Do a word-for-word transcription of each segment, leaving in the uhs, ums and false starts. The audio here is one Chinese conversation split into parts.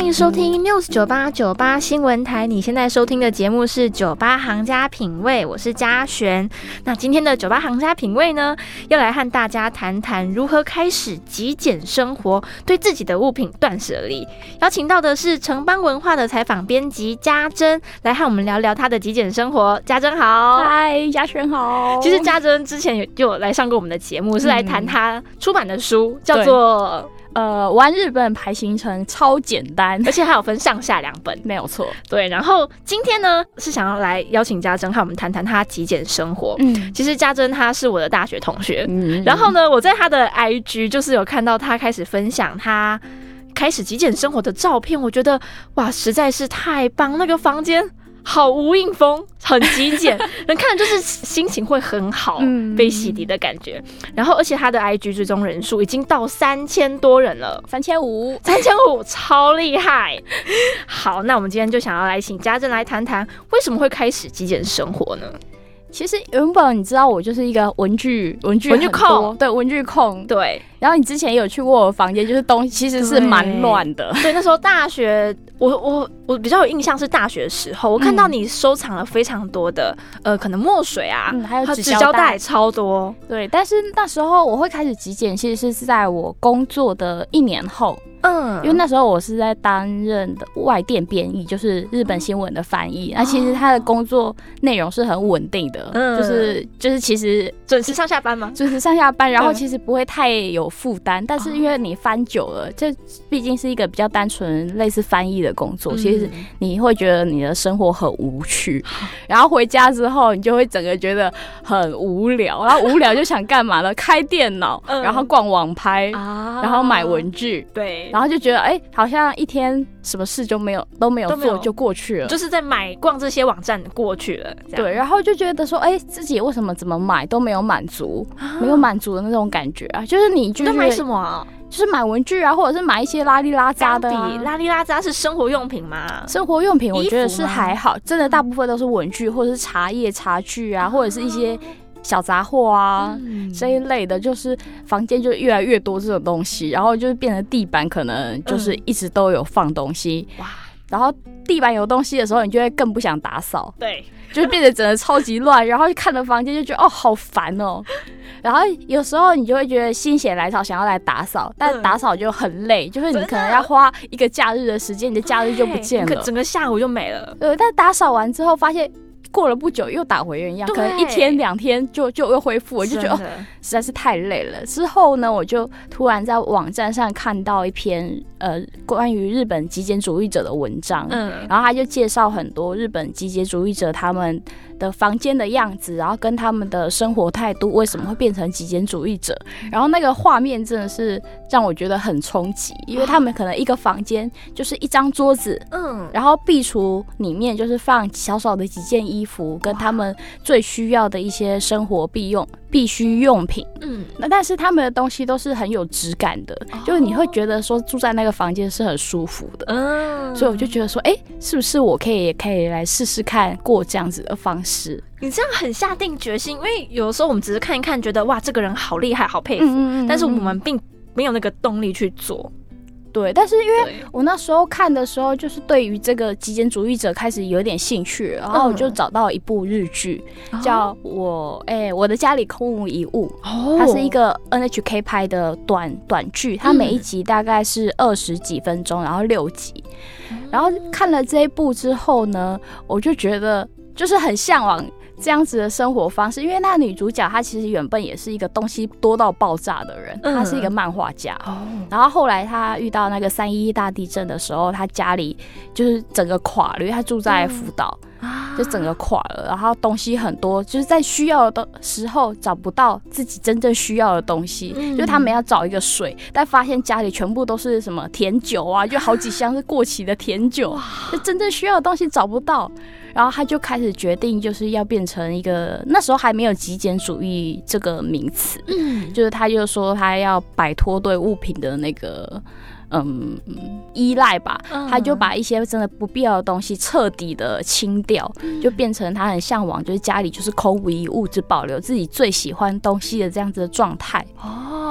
欢迎收听 News 九八九八新闻台，你现在收听的节目是九八行家品味，我是嘉璇。那今天的九八行家品味呢，要来和大家谈谈如何开始极简生活，对自己的物品断舍离。邀请到的是城邦文化的采访编辑嘉珍，来和我们聊聊她的极简生活。嘉珍好。 嗨，嘉璇好。 其实嘉珍之前就有来上过我们的节目，是来谈她出版的书，叫做呃，玩日本排行程超简单， 而且还有分上下两本， 没有错。 对，然后今天呢是想要来邀请嘉珍和我们谈谈她极简生活。嗯，其实嘉珍她是我的大学同学，嗯，然后呢，我在她的 I G 就是有看到她开始分享她开始极简生活的照片，我觉得哇，实在是太棒，那个房间好无印风，很极简，人看了就是心情会很好，嗯、被洗涤的感觉。然后，而且他的 I G 追踪人数已经到三千多人了， 三千五， 三千五，超厉害。好，那我们今天就想要来请嘉珍来谈谈，为什么会开始极简生活呢？ 其实原本你知道我就是一个文具文具文具控， 对，文具控， 对。 然后你之前也有去过我房间，就是东西其实是蛮乱的。 对，那时候大学，我我我比较有印象是大学的时候，我看到你收藏了非常多的、嗯、呃，可能墨水啊， 嗯、还有纸胶带超多。 对，但是那时候我会开始极简，其实是在我工作的一年后。嗯，因为那时候我是在担任的外电编译，就是日本新闻的翻译。那、哦、其实他的工作内容是很稳定的，嗯、就是就是其实准时上下班吗？ 准时上下班，然后其实不会太有负担。嗯、但是因为你翻久了，这毕竟是一个比较单纯类似翻译的工作，嗯、其实你会觉得你的生活很无趣。嗯、然后回家之后，你就会整个觉得很无聊，然后无聊就想干嘛呢？开电脑，嗯、然后逛网拍，啊、然后买文具， 对。 然后就觉得哎、欸，好像一天什么事就没有都没有做就过去了， 就是在买逛这些网站过去了。 对，然后就觉得说，哎、欸，自己为什么怎么买都没有满足，啊、没有满足的那种感觉啊。就是你就是买什么、啊？ 就是买文具啊，或者是买一些拉里拉杂的、啊。 拉里拉杂是生活用品吗？ 生活用品我觉得是还好，真的大部分都是文具或者是茶叶、茶具啊，或者是一些小杂货啊、嗯、这一类的，就是房间就越来越多这种东西，然后就是变成地板可能就是一直都有放东西，哇、嗯！然后地板有东西的时候，你就会更不想打扫， 对， 就变得整个超级乱，然后看了房间就觉得哦好烦哦，然后有时候你就会觉得心血来潮想要来打扫，但打扫就很累，嗯、就是你可能要花一个假日的时间，你的假日就不见了， 整个下午就没了。 对，但打扫完之后发现。过了不久又打回原样，可能一天两天就就又恢复了，就觉得哦实在是太累了。之后呢，我就突然在网站上看到一篇呃关于日本极简主义者的文章，嗯，然后他就介绍很多日本极简主义者他们的房间的样子，然后跟他们的生活态度为什么会变成极简主义者，然后那个画面真的是让我觉得很冲击，因为他们可能一个房间就是一张桌子，嗯，然后壁橱里面就是放小小的几件衣服跟他们最需要的一些生活必用必需用品，嗯，那但是他们的东西都是很有质感的，哦、就是你会觉得说住在那个房间是很舒服的，嗯，所以我就觉得说，哎、欸，是不是我可以可以来试试看过这样子的方式？ 你这样很下定决心，因为有的时候我们只是看一看，觉得哇这个人好厉害，好佩服，嗯嗯嗯，但是我们并没有那个动力去做。 对，但是因为我那时候看的时候，就是对于这个极简主义者开始有点兴趣，然后我就找到一部日剧，嗯、叫我哎、欸、我的家里空无一物，哦、它是一个 N H K 拍的短短剧，它每一集大概是二十几分钟，然后六集，嗯、然后看了这一部之后呢，我就觉得就是很向往这样子的生活方式，因为那女主角她其实原本也是一个东西多到爆炸的人，嗯、她是一个漫画家，哦、然后后来她遇到那个三一一大地震的时候，她家里就是整个垮了，因为她住在福岛，嗯、就整个垮了，然后东西很多，就是在需要的时候找不到自己真正需要的东西，嗯、就是他们要找一个水，但发现家里全部都是什么甜酒啊，就好几箱是过期的甜酒，就真正需要的东西找不到。然后他就开始决定，就是要变成一个那时候还没有极简主义这个名词，嗯，就是他就说他要摆脱对物品的那个嗯依赖吧，嗯、他就把一些真的不必要的东西彻底的清掉，嗯、就变成他很向往，就是家里就是空无一物，只保留自己最喜欢东西的这样子的状态。 哦，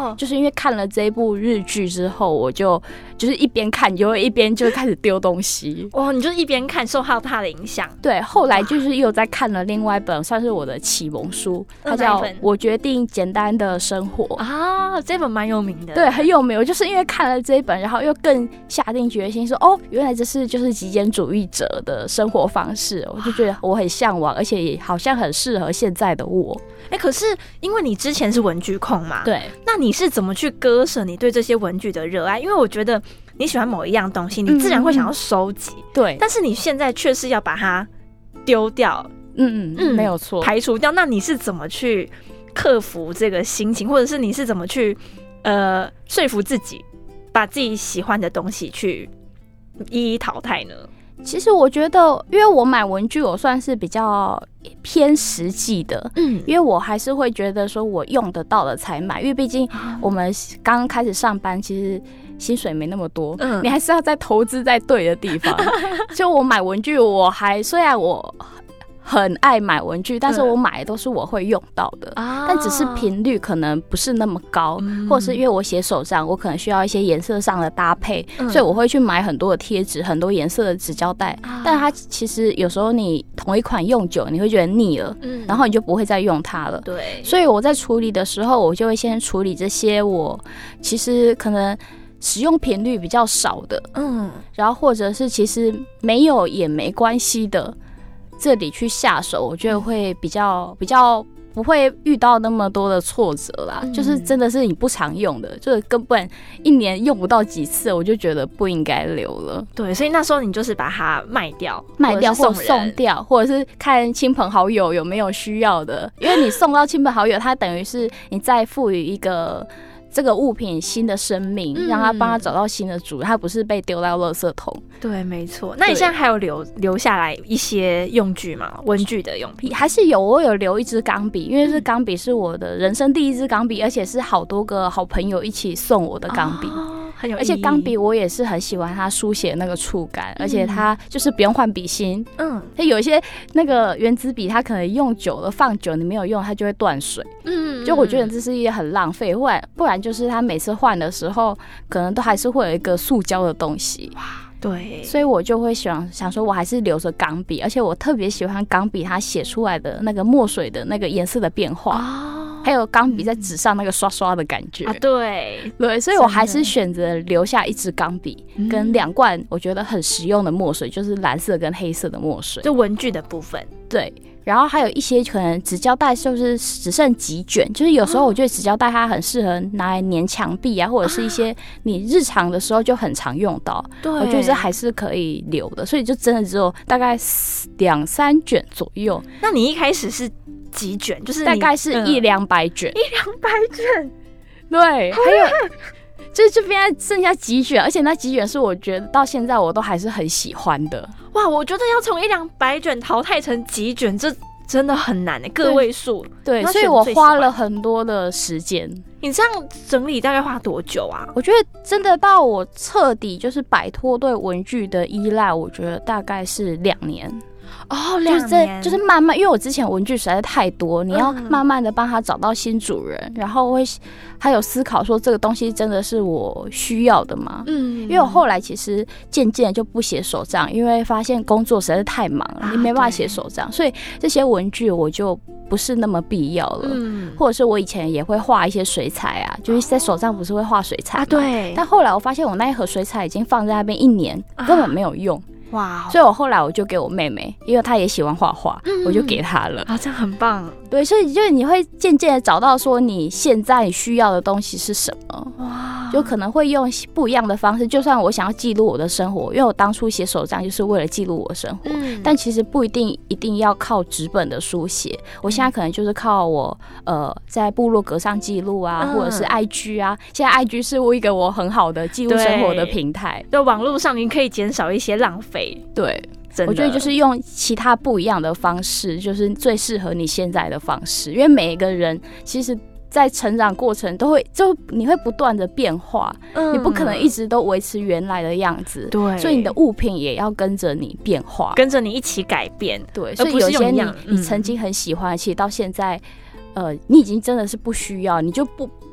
哦，就是因为看了这一部日剧之后，我就就是一边看就会一边就开始丢东西。 哇，你就一边看受到它的影响。 对，后来就是又在看了另外一本算是我的启蒙书，它叫《我决定简单的生活》 啊，这本蛮有名的。 对，很有名。我就是因为看了这一本，然后又更下定决心说，哦，原来这是就是极简主义者的生活方式，我就觉得我很向往，而且也好像很适合现在的我。 哎、欸，可是因为你之前是文具控嘛， 对， 那你是怎么去割舍你对这些文具的热爱？因为我觉得你喜欢某一样东西，你自然会想要收集，嗯、 对， 但是你现在却是要把它丢掉， 嗯嗯，没有错， 排除掉。那你是怎么去克服这个心情，或者是你是怎么去呃说服自己，把自己喜欢的东西去一一淘汰呢？ 其实我觉得，因为我买文具，我算是比较偏实际的，嗯，因为我还是会觉得说我用得到的才买，因为毕竟我们刚刚开始上班，其实薪水没那么多，嗯，你还是要在投资在对的地方。就我买文具，我还虽然我很爱买文具，但是我买的都是我会用到的，嗯、但只是频率可能不是那么高，嗯、或者是因为我写手账，我可能需要一些颜色上的搭配，嗯、所以我会去买很多的贴纸，很多颜色的纸胶带。嗯、但它其实有时候你同一款用久，你会觉得腻了，嗯、然后你就不会再用它了。对，所以我在处理的时候，我就会先处理这些我其实可能使用频率比较少的，嗯，然后或者是其实没有也没关系的。这里去下手，我觉得会比较比较不会遇到那么多的挫折啦。嗯、就是真的是你不常用的，就是根本一年用不到几次，我就觉得不应该留了。 对，所以那时候你就是把它卖掉， 卖掉或送掉，或者是看亲朋好友有没有需要的。因为你送到亲朋好友，它等于是你再赋予一个这个物品新的生命，嗯、让它帮它找到新的主人，它不是被丢到垃圾桶。 对，没错。那你现在还有留留下来一些用具吗？文具的用品还是有，我有留一支钢笔，因为这钢笔是我的人生第一支钢笔，而且是好多个好朋友一起送我的钢笔。哦，很有意义。而且钢笔我也是很喜欢它书写那个触感，嗯、而且它就是不用换笔芯。嗯，它有一些那个原子笔，它可能用久了放久你没有用，它就会断水。嗯，就我觉得这是一些很浪费，不然不然就是它每次换的时候，可能都还是会有一个塑胶的东西。哇，对，所以我就会想想说，我还是留着钢笔，而且我特别喜欢钢笔它写出来的那个墨水的那个颜色的变化。哦，还有钢笔在纸上那个刷刷的感觉啊， 对对，所以我还是选择留下一支钢笔跟两罐我觉得很实用的墨水，就是蓝色跟黑色的墨水， 就文具的部分。 对，然后还有一些可能纸胶带，就是只剩几卷，就是有时候我觉得纸胶带它很适合拿来粘墙壁啊，或者是一些你日常的时候就很常用到，对，我觉得这还是可以留的，所以就真的只有大概两三卷左右。 那你一开始是几卷？就是大概是一两百卷， 一两百卷， 对，还有就是这边剩下几卷，而且那几卷是我觉得到现在我都还是很喜欢的。 哇，我觉得要从一两百卷淘汰成几卷，这真的很难诶，个位数。 对，所以我花了很多的时间。 你这样整理大概花多久啊？ 我觉得真的到我彻底就是摆脱对文具的依赖，我觉得大概是两年。 哦，两年就是慢慢，因为我之前文具实在太多，你要慢慢的帮他找到新主人，嗯、然后会还有思考说这个东西真的是我需要的吗？嗯，因为我后来其实渐渐就不写手账，因为发现工作实在是太忙了，啊、你没办法写手账，所以这些文具我就不是那么必要了。嗯，或者是我以前也会画一些水彩啊，就是在手上不是会画水彩啊？对。但后来我发现我那一盒水彩已经放在那边一年，啊、根本没有用。哇！所以我后来我就给我妹妹，因为她也喜欢画画，嗯、我就给她了。 啊，这样很棒。 对，所以就是你会渐渐的找到说你现在需要的东西是什么。哇！就可能会用不一样的方式。就算我想要记录我的生活，因为我当初写手账就是为了记录我的生活，嗯、但其实不一定一定要靠纸本的书写。我现在可能就是靠我呃在部落格上记录啊，嗯、或者是 I G 啊。现在 I G 是我一个我很好的记录生活的平台。 在网络上你可以减少一些浪费。 对，我觉得就是用其他不一样的方式，就是最适合你现在的方式。因为每一个人其实在成长过程都会，就你会不断的变化，嗯、你不可能一直都维持原来的样子。对，所以你的物品也要跟着你变化， 跟着你一起改变。 对，所以有些你、嗯、你曾经很喜欢，其实到现在，呃，你已经真的是不需要，你就不。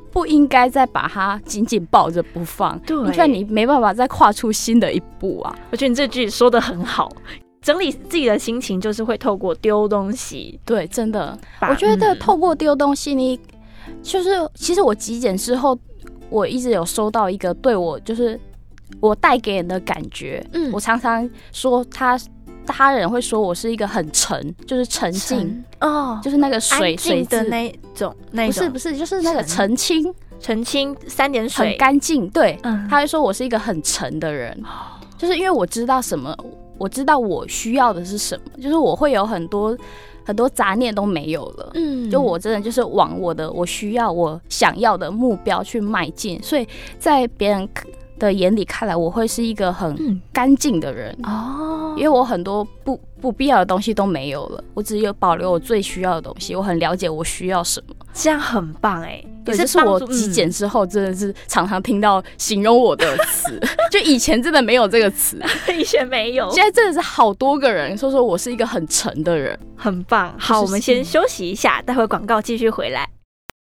不应该再把它紧紧抱着不放，对，因为你没办法再跨出新的一步啊。 我觉得你这句说得很好，整理自己的心情就是会透过丢东西。 对，真的，我觉得透过丢东西，你就是其实我极简之后，我一直有收到一个对我就是我带给人的感觉，嗯，我常常说他。他人会说我是一个很沉，就是沉静哦，就是那个水水的那种，那不是不是，就是那个澄清， 澄清三点水， 很干净。对，嗯，他会说我是一个很沉的人，就是因为我知道什么，我知道我需要的是什么，就是我会有很多很多杂念都没有了，嗯，就我真的就是往我的我需要我想要的目标去迈进，所以在别人的眼里看来，我会是一个很干净的人哦，因为我很多不不必要的东西都没有了，我只有保留我最需要的东西。我很了解我需要什么， 这样很棒哎、欸。 对，这是我极简之后真的是常常听到形容我的词，就以前真的没有这个词， 以前没有， 现在真的是好多个人说说我是一个很沉的人， 很棒。好，我们先休息一下，待会广告继续回来。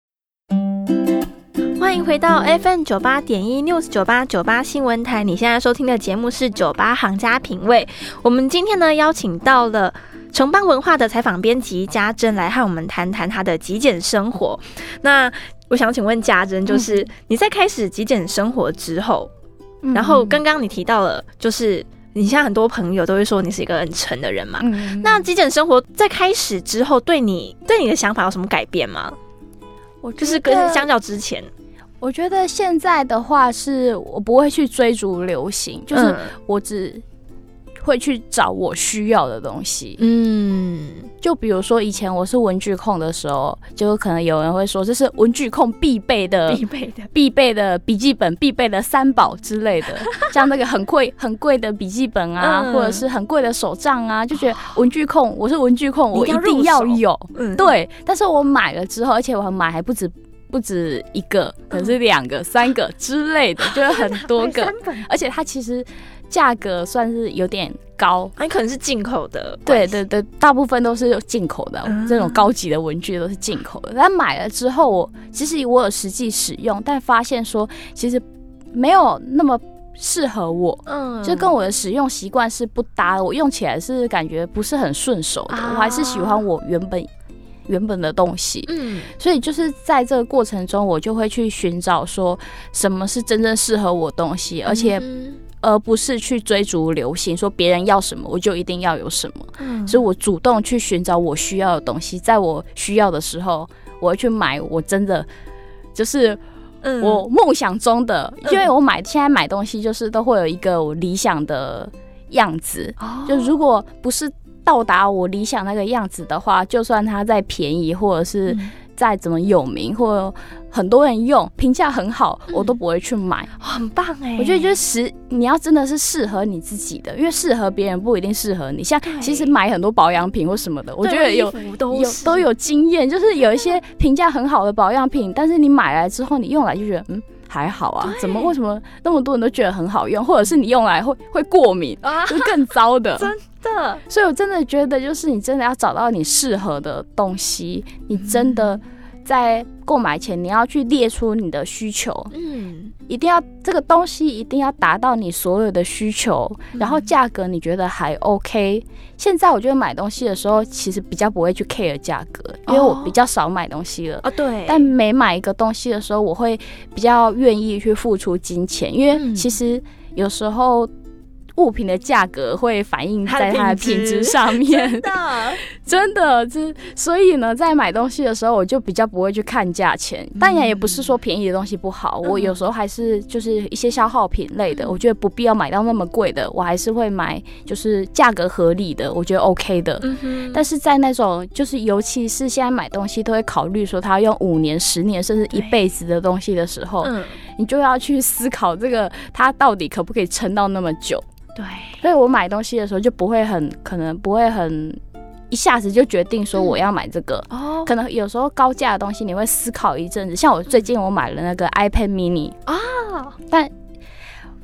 欢迎回到 F M 九八点一 News 九八九八新闻台，你现在收听的节目是九八行家品味。我们今天呢邀请到了城邦文化的采访编辑家珍来和我们谈谈她的极简生活。那我想请问家珍，就是你在开始极简生活之后，嗯、然后刚刚你提到了，就是你现在很多朋友都会说你是一个很沉的人嘛。嗯、那极简生活在开始之后，对你对你的想法有什么改变吗？我就是跟相较之前。 我觉得现在的话是我不会去追逐流行，就是我只会去找我需要的东西。嗯，就比如说以前我是文具控的时候，就可能有人会说这是文具控必备的、 必备的、 必备的笔记本、必备的三宝之类的，像那个很贵、很贵的笔记本啊，嗯、或者是很贵的手账啊，就觉得文具控，我是文具控，我一定要有。嗯，对。但是我买了之后，而且我买还不止。不止一个，可能是两个、嗯、三个之类的，就是很多个，而且它其实价格算是有点高， 它可能是进口的。 对对对，大部分都是进口的，嗯、这种高级的文具都是进口的。但买了之后，我其实我有实际使用，但发现说其实没有那么适合我，嗯，就跟我的使用习惯是不搭的，我用起来是感觉不是很顺手的，啊、我还是喜欢我原本。原本的东西，嗯，所以就是在这个过程中，我就会去寻找说什么是真正适合我的东西，而且而不是去追逐流行，说别人要什么我就一定要有什么，嗯，所以我主动去寻找我需要的东西，在我需要的时候，我会去买我真的就是我梦想中的，嗯、因为我买现在买东西就是都会有一个我理想的样子，哦、就如果不是。到达我理想那个样子的话，就算它再便宜，或者是再怎么有名，或者很多人用，评价很好，我都不会去买。 嗯、很棒哎！ 我觉得就是你要真的是适合你自己的，因为适合别人不一定适合你。像其实买很多保养品或什么的，我觉得有都有都有经验，就是有一些评价很好的保养品，但是你买来之后，你用来就觉得嗯。还好啊，怎么为什么那么多人都觉得很好用，或者是你用来会会过敏，啊、就是更糟的， 真的。所以我真的觉得，就是你真的要找到你适合的东西，你真的在购买前你要去列出你的需求，嗯，一定要这个东西一定要达到你所有的需求，然后价格你觉得还 OK。现在我觉得买东西的时候，其实比较不会去 care 价格，因为我比较少买东西了。 哦，对。 但每买一个东西的时候，我会比较愿意去付出金钱，因为其实有时候物品的价格会反映在它的品质上面。 真的， 真的，这所以呢，在买东西的时候，我就比较不会去看价钱。当然，也不是说便宜的东西不好，嗯、我有时候还是就是一些消耗品类的，嗯、我觉得不必要买到那么贵的，我还是会买就是价格合理的，我觉得 OK 的。嗯、但是在那种就是尤其是现在买东西都会考虑说他要用五年、十年甚至一辈子的东西的时候，嗯、你就要去思考这个它到底可不可以撑到那么久。 对， 所以我买东西的时候就不会很可能不会很一下子就决定说我要买这个，嗯、可能有时候高价的东西你会思考一阵子。像我最近我买了那个 iPad mini 啊，但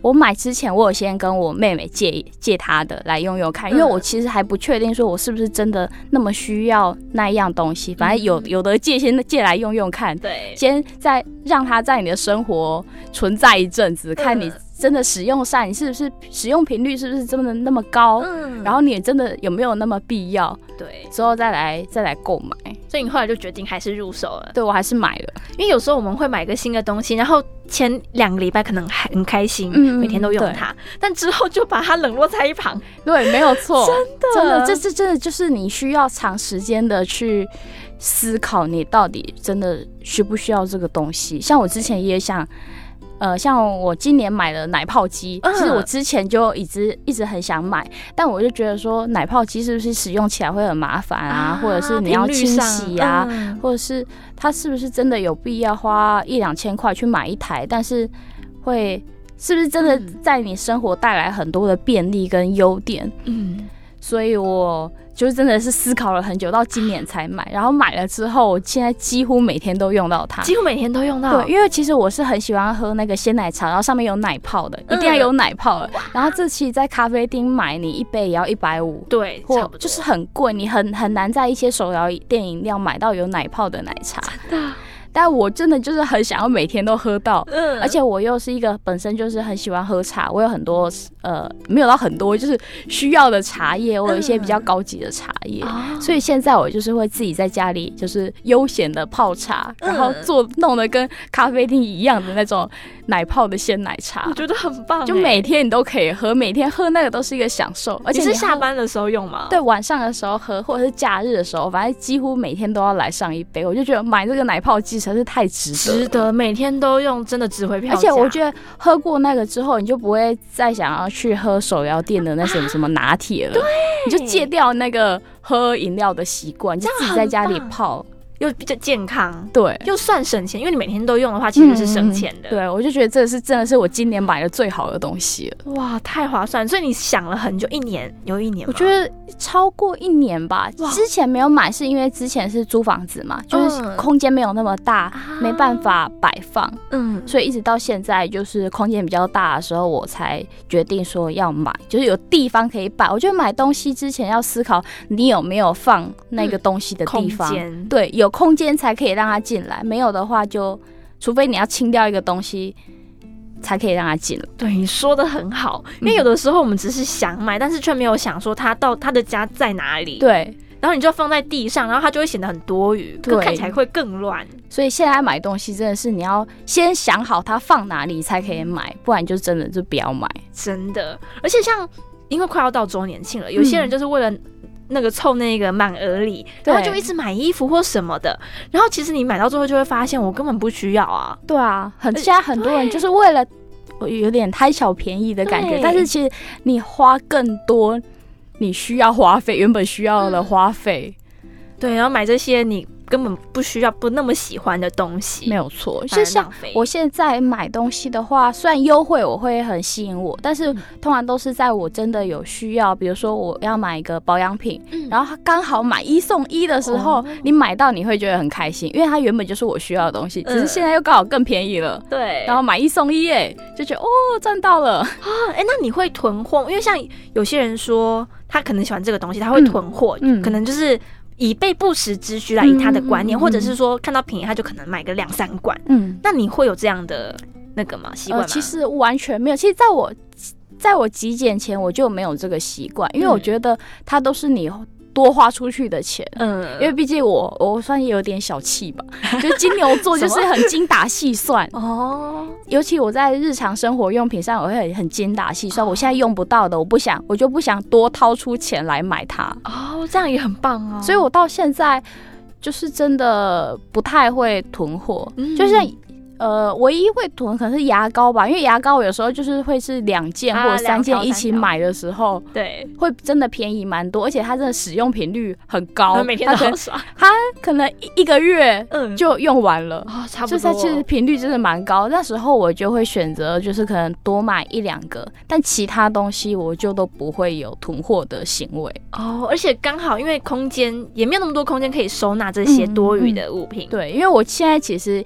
我买之前我有先跟我妹妹借借她的来用用看，因为我其实还不确定说我是不是真的那么需要那一样东西，反正有有的借先借来用用看， 对， 先再让它在你的生活存在一阵子，看你真的使用上，你是不是使用频率是不是真的那么高，嗯，然后你真的有没有那么必要， 对， 之后再来再来购买。 所以你后来就决定还是入手了？ 对，我还是买了， 因为有时候我们会买个新的东西，然后前两个礼拜可能还很开心，嗯，每天都用它，但之后就把它冷落在一旁。 对，没有错， 真的， 真的，这是真的，就是你需要长时间的去思考，你到底真的需不需要这个东西。像我之前也想。呃，像我今年买了奶泡机，其实我之前就一直一直很想买，但我就觉得说奶泡机是不是使用起来会很麻烦啊，啊或者是你要清洗啊，嗯、或者是它是不是真的有必要花一两千块去买一台，但是会是不是真的在你生活带来很多的便利跟优点？嗯，所以我。就是真的是思考了很久，到今年才买。然后买了之后，我现在几乎每天都用到它， 几乎每天都用到。 对，因为其实我是很喜欢喝那个鲜奶茶，然后上面有奶泡的，嗯、一定要有奶泡的。然后这期在咖啡厅买，你一杯也要一百五， 对， 或就是很贵，你很很难在一些手摇店饮料买到有奶泡的奶茶。 真的。 但我真的就是很想要每天都喝到，嗯，而且我又是一个本身就是很喜欢喝茶，我有很多呃没有到很多，就是需要的茶叶，我有一些比较高级的茶叶，嗯、所以现在我就是会自己在家里就是悠闲的泡茶，然后做弄得跟咖啡厅一样的那种奶泡的鲜奶茶， 我觉得很棒， 就每天你都可以喝，每天喝那个都是一个享受，而且你, 你是下班的时候用吗？ 对，晚上的时候喝，或者是假日的时候，反正几乎每天都要来上一杯，我就觉得买这个奶泡机。实在是太值得， 值得每天都用，真的值回票价。 而且我觉得喝过那个之后，你就不会再想要去喝手摇店的那什么什么拿铁了， 对， 你就戒掉那个喝饮料的习惯，就自己在家里泡。 又比较健康， 对， 又算省钱，因为你每天都用的话，其实是省钱的。 嗯、对，我就觉得这是真的是我今年买的最好的东西了。 哇，太划算！所以你想了很久，一年有一年吗？ 我觉得超过一年吧。之前没有买，是因为之前是租房子嘛，就是空间没有那么大，嗯、没办法摆放。嗯，所以一直到现在，就是空间比较大的时候，我才决定说要买，就是有地方可以摆。我觉得买东西之前要思考你有没有放那个东西的地方，嗯、空间对，有空间才可以让它进来，没有的话就除非你要清掉一个东西才可以让它进来。 对，你说的很好，因为有的时候我们只是想买，嗯、但是却没有想说它到它的家在哪里。 对， 然后你就放在地上，然后它就会显得很多余，看起来会更乱。 所以现在买东西真的是你要先想好它放哪里才可以买，不然就真的就不要买。 真的，而且像因为快要到周年庆了，有些人就是为了那个凑那个满额礼，然后就一直买衣服或什么的，然后其实你买到最后就会发现我根本不需要啊。 对啊，很现在很多人就是为了有点贪小便宜的感觉，但是其实你花更多你需要花费原本需要的花费， 嗯、对，然后买这些你根本不需要不那么喜欢的东西， 没有错。就像我现在买东西的话，虽然优惠我会很吸引我，但是通常都是在我真的有需要，比如说我要买一个保养品，嗯、然后它刚好买一送一的时候，哦、你买到你会觉得很开心，因为它原本就是我需要的东西，只是现在又刚好更便宜了。 对， 然后买一送一，哎，就觉得哦赚到了啊！ 哎，那你会囤货？因为像有些人说他可能喜欢这个东西，他会囤货，嗯、可能就是。以备不时之需啦，以他的观念，嗯嗯嗯、或者是说看到便宜他就可能买个两三罐。嗯，那你会有这样的那个吗？习惯吗？ 呃，其实完全没有。其实在我在我极简前我就没有这个习惯，因为我觉得它都是你多花出去的钱。嗯，因为毕竟我我算也有点小气吧，就金牛座就是很精打细算哦。尤其我在日常生活用品上，我会很很精打细算。哦、我现在用不到的，我不想，我就不想多掏出钱来买它。 哦，这样也很棒哦。 所以我到现在就是真的不太会囤货，嗯、就像。呃，唯一会囤可能是牙膏吧，因为牙膏有时候就是会是两件或者三件一起买的时候，啊、对，会真的便宜蛮多，而且它真的使用频率很高， 每天都刷， 它可能一个月就用完了， 嗯、哦，差不多， 就它其实频率真的蛮高。那时候我就会选择就是可能多买一两个，但其他东西我就都不会有囤货的行为哦。而且刚好因为空间也没有那么多空间可以收纳这些多余的物品， 嗯嗯，对，因为我现在其实。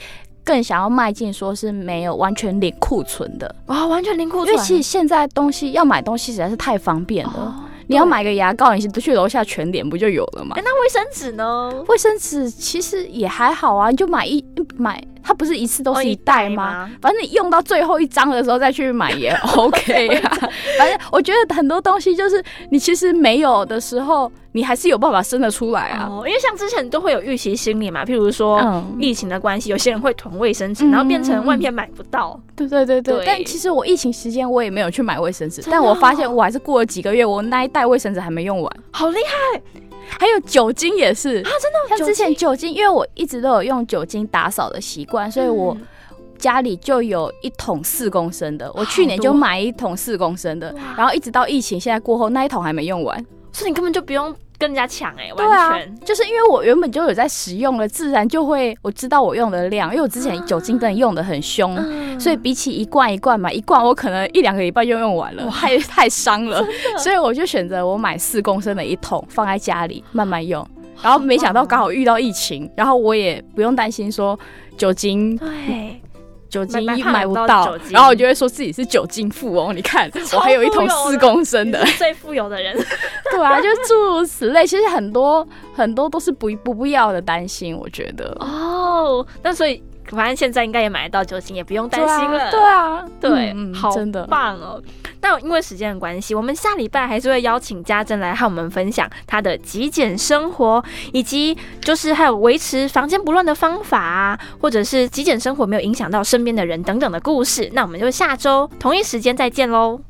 更想要迈进说是没有完全零库存的。 哇、哦，完全零库存， 因为其实现在东西要买东西实在是太方便了。哦，你要买个牙膏，你去楼下全联不就有了吗？ 欸、那卫生纸呢？ 卫生纸其实也还好啊，你就买一买，它不是一次都是一袋吗？哦、反正你用到最后一张的时候再去买也 OK 啊。反正我觉得很多东西就是你其实没有的时候，你还是有办法生得出来啊。 哦，因为像之前都会有预期心理嘛，譬如说、嗯、疫情的关系，有些人会囤卫生纸、嗯，然后变成外面买不到。对对对 对, 对。但其实我疫情时间我也没有去买卫生纸、哦，但我发现我还是过了几个月，我那一袋卫生纸还没用完， 好厉害！ 还有酒精也是啊，真的， 像之前酒精，因为我一直都有用酒精打扫的习惯，所以我家里就有一桶四公升的。我去年就买一桶四公升的，然后一直到疫情现在过后，那一桶还没用完， 所以你根本就不用跟人家抢哎、欸， 完全、啊、就是因为我原本就有在使用了，自然就会我知道我用的量，因为我之前酒精真的用的很凶、嗯，所以比起一罐一罐嘛，一罐我可能一两个礼拜就用完了，太太伤了，所以我就选择我买四公升的一桶放在家里慢慢用。然后没想到刚好遇到疫情，然后我也不用担心说酒精对。酒精买不到，然后我就会说自己是酒精富翁。你看，我还有一桶四公升的， 你是最富有的人。 对啊，就诸如此类。其实很多很多都是不不必要的担心，我觉得。 哦，那所以反正现在应该也买得到酒精，也不用担心了。 对啊， 对，啊对嗯， 好棒哦。那因为时间的关系，我们下礼拜还是会邀请家珍来和我们分享她的极简生活，以及就是还有维持房间不乱的方法啊，或者是极简生活没有影响到身边的人等等的故事。那我们就下周同一时间再见喽。